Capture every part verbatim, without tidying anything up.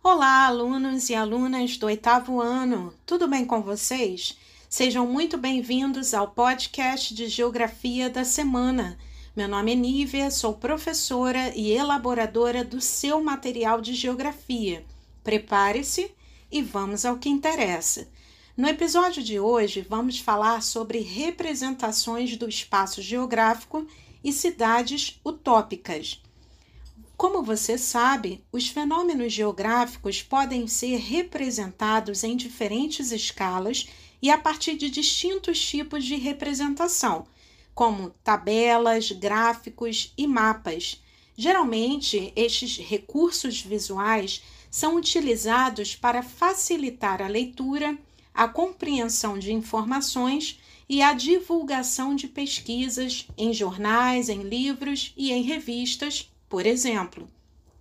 Olá, alunos e alunas do oitavo ano, tudo bem com vocês? Sejam muito bem-vindos ao podcast de Geografia da Semana. Meu nome é Nívia, sou professora e elaboradora do seu material de Geografia. Prepare-se e vamos ao que interessa. No episódio de hoje, vamos falar sobre representações do espaço geográfico e cidades utópicas. Como você sabe, os fenômenos geográficos podem ser representados em diferentes escalas e a partir de distintos tipos de representação, como tabelas, gráficos e mapas. Geralmente, estes recursos visuais são utilizados para facilitar a leitura, a compreensão de informações e a divulgação de pesquisas em jornais, em livros e em revistas, por exemplo.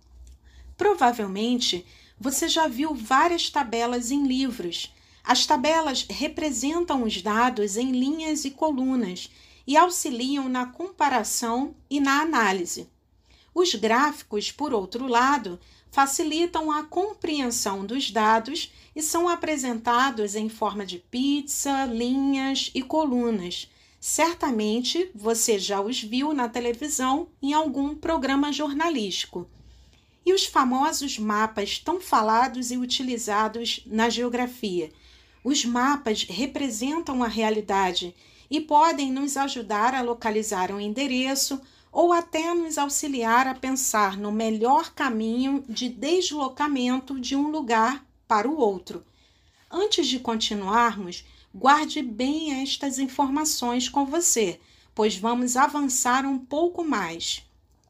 Provavelmente, você já viu várias tabelas em livros. As tabelas representam os dados em linhas e colunas e auxiliam na comparação e na análise. Os gráficos, por outro lado, facilitam a compreensão dos dados e são apresentados em forma de pizza, linhas e colunas. Certamente você já os viu na televisão em algum programa jornalístico. E os famosos mapas tão falados e utilizados na geografia. Os mapas representam a realidade e podem nos ajudar a localizar um endereço ou até nos auxiliar a pensar no melhor caminho de deslocamento de um lugar para o outro. Antes de continuarmos, guarde bem estas informações com você, pois vamos avançar um pouco mais.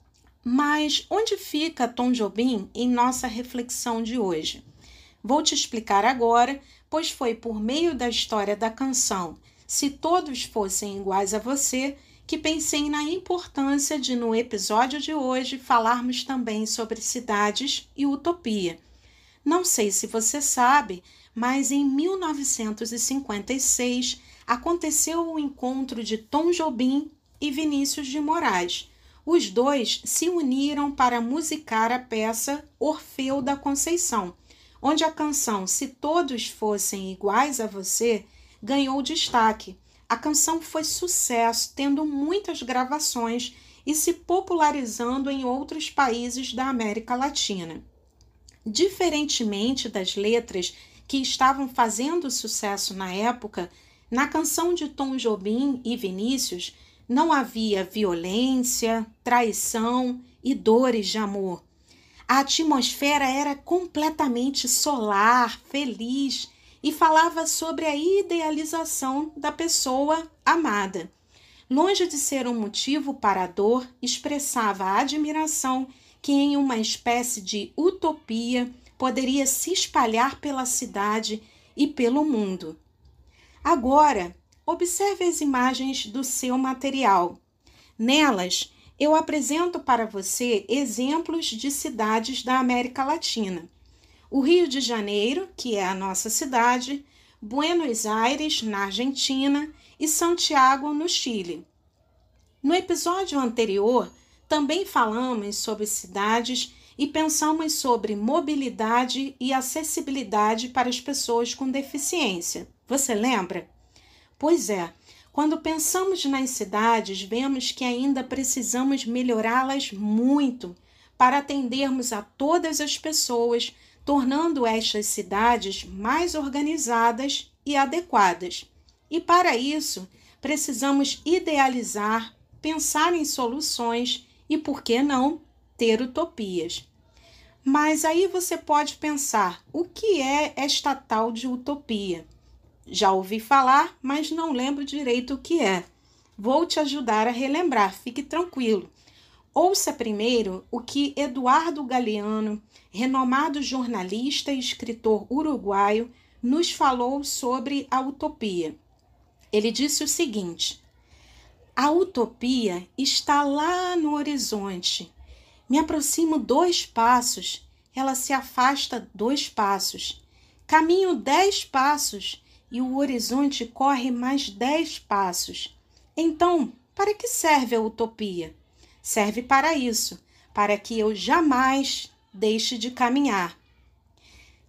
Mas onde fica Tom Jobim em nossa reflexão de hoje? Vou te explicar agora, pois foi por meio da história da canção Se Todos Fossem Iguais a Você que pensei na importância de, no episódio de hoje, falarmos também sobre cidades e utopia. Não sei se você sabe, mas em mil novecentos e cinquenta e seis aconteceu o encontro de Tom Jobim e Vinícius de Moraes. Os dois se uniram para musicar a peça Orfeu da Conceição, onde a canção Se Todos Fossem Iguais a Você ganhou destaque. A canção foi sucesso, tendo muitas gravações e se popularizando em outros países da América Latina. Diferentemente das letras que estavam fazendo sucesso na época, na canção de Tom Jobim e Vinícius não havia violência, traição e dores de amor. A atmosfera era completamente solar, feliz e falava sobre a idealização da pessoa amada. Longe de ser um motivo para a dor, expressava a admiração que em uma espécie de utopia poderia se espalhar pela cidade e pelo mundo. Agora, observe as imagens do seu material. Nelas, eu apresento para você exemplos de cidades da América Latina. O Rio de Janeiro, que é a nossa cidade, Buenos Aires, na Argentina, e Santiago, no Chile. No episódio anterior, também falamos sobre cidades e pensamos sobre mobilidade e acessibilidade para as pessoas com deficiência. Você lembra? Pois é, quando pensamos nas cidades, vemos que ainda precisamos melhorá-las muito para atendermos a todas as pessoas, tornando estas cidades mais organizadas e adequadas. E para isso, precisamos idealizar, pensar em soluções e, por que não, ter utopias. Mas aí você pode pensar, o que é esta tal de utopia? Já ouvi falar, mas não lembro direito o que é. Vou te ajudar a relembrar, fique tranquilo. Ouça primeiro o que Eduardo Galeano, renomado jornalista e escritor uruguaio, nos falou sobre a utopia. Ele disse o seguinte: a utopia está lá no horizonte. Me aproximo dois passos, ela se afasta dois passos. Caminho dez passos e o horizonte corre mais dez passos. Então, para que serve a utopia? Serve para isso, para que eu jamais deixe de caminhar.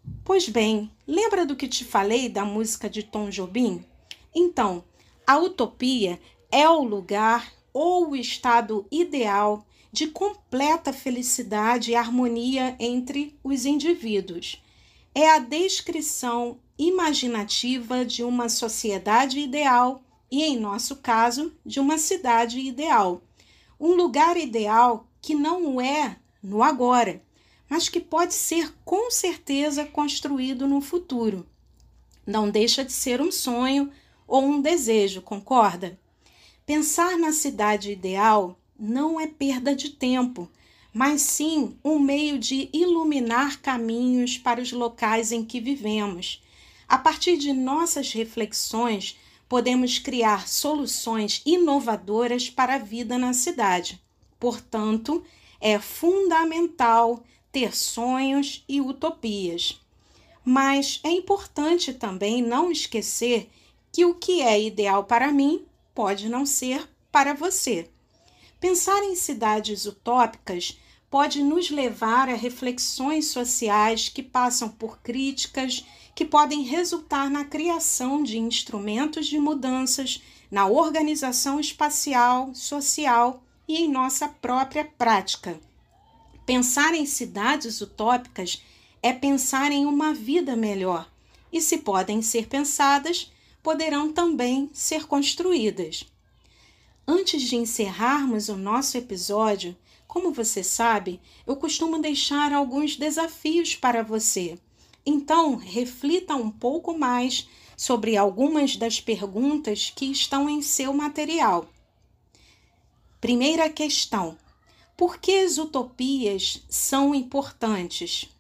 Pois bem, lembra do que te falei da música de Tom Jobim? Então, a utopia é o lugar ou o estado ideal de completa felicidade e harmonia entre os indivíduos. É a descrição imaginativa de uma sociedade ideal e, em nosso caso, de uma cidade ideal. Um lugar ideal que não é no agora, mas que pode ser com certeza construído no futuro. Não deixa de ser um sonho ou um desejo, concorda? Pensar na cidade ideal não é perda de tempo, mas sim um meio de iluminar caminhos para os locais em que vivemos. A partir de nossas reflexões, podemos criar soluções inovadoras para a vida na cidade. Portanto, é fundamental ter sonhos e utopias. Mas é importante também não esquecer que o que é ideal para mim pode não ser para você. Pensar em cidades utópicas pode nos levar a reflexões sociais que passam por críticas que podem resultar na criação de instrumentos de mudanças na organização espacial, social e em nossa própria prática. Pensar em cidades utópicas é pensar em uma vida melhor, e se podem ser pensadas, poderão também ser construídas. Antes de encerrarmos o nosso episódio, como você sabe, eu costumo deixar alguns desafios para você. Então, reflita um pouco mais sobre algumas das perguntas que estão em seu material. Primeira questão: por que as utopias são importantes?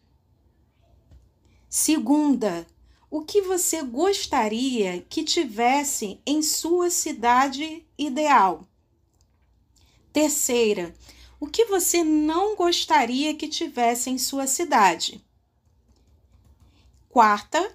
Segunda: o que você gostaria que tivesse em sua cidade ideal? Terceira: o que você não gostaria que tivesse em sua cidade? Quarta: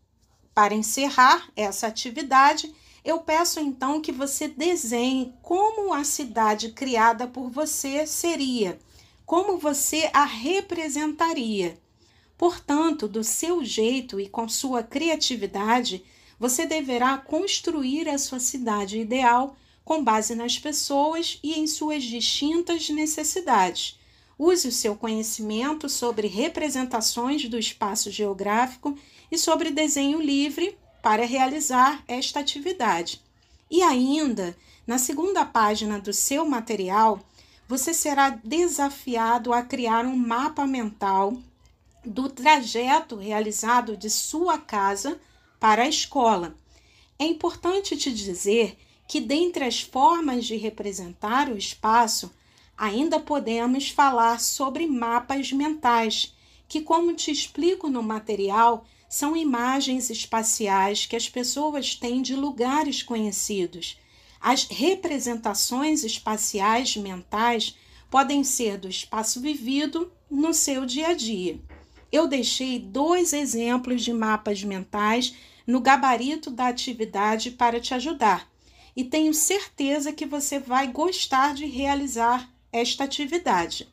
para encerrar essa atividade, eu peço então que você desenhe como a cidade criada por você seria, como você a representaria. Portanto, do seu jeito e com sua criatividade, você deverá construir a sua cidade ideal com base nas pessoas e em suas distintas necessidades. Use o seu conhecimento sobre representações do espaço geográfico e sobre desenho livre para realizar esta atividade. E ainda, na segunda página do seu material, você será desafiado a criar um mapa mental do trajeto realizado de sua casa para a escola. É importante te dizer que, dentre as formas de representar o espaço, ainda podemos falar sobre mapas mentais, que, como te explico no material, são imagens espaciais que as pessoas têm de lugares conhecidos. As representações espaciais mentais podem ser do espaço vivido no seu dia a dia. Eu deixei dois exemplos de mapas mentais no gabarito da atividade para te ajudar, e tenho certeza que você vai gostar de realizar esta atividade.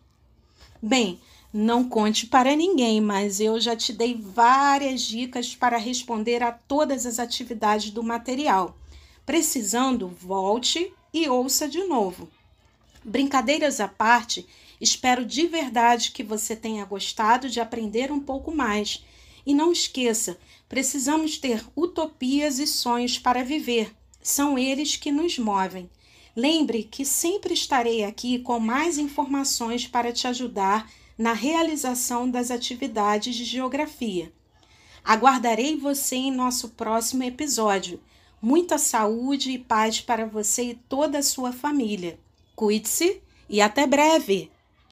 Bem, não conte para ninguém, mas eu já te dei várias dicas para responder a todas as atividades do material. Precisando, volte e ouça de novo. Brincadeiras à parte, espero de verdade que você tenha gostado de aprender um pouco mais. E não esqueça, precisamos ter utopias e sonhos para viver. São eles que nos movem. Lembre que sempre estarei aqui com mais informações para te ajudar na realização das atividades de geografia. Aguardarei você em nosso próximo episódio. Muita saúde e paz para você e toda a sua família. Cuide-se e até breve!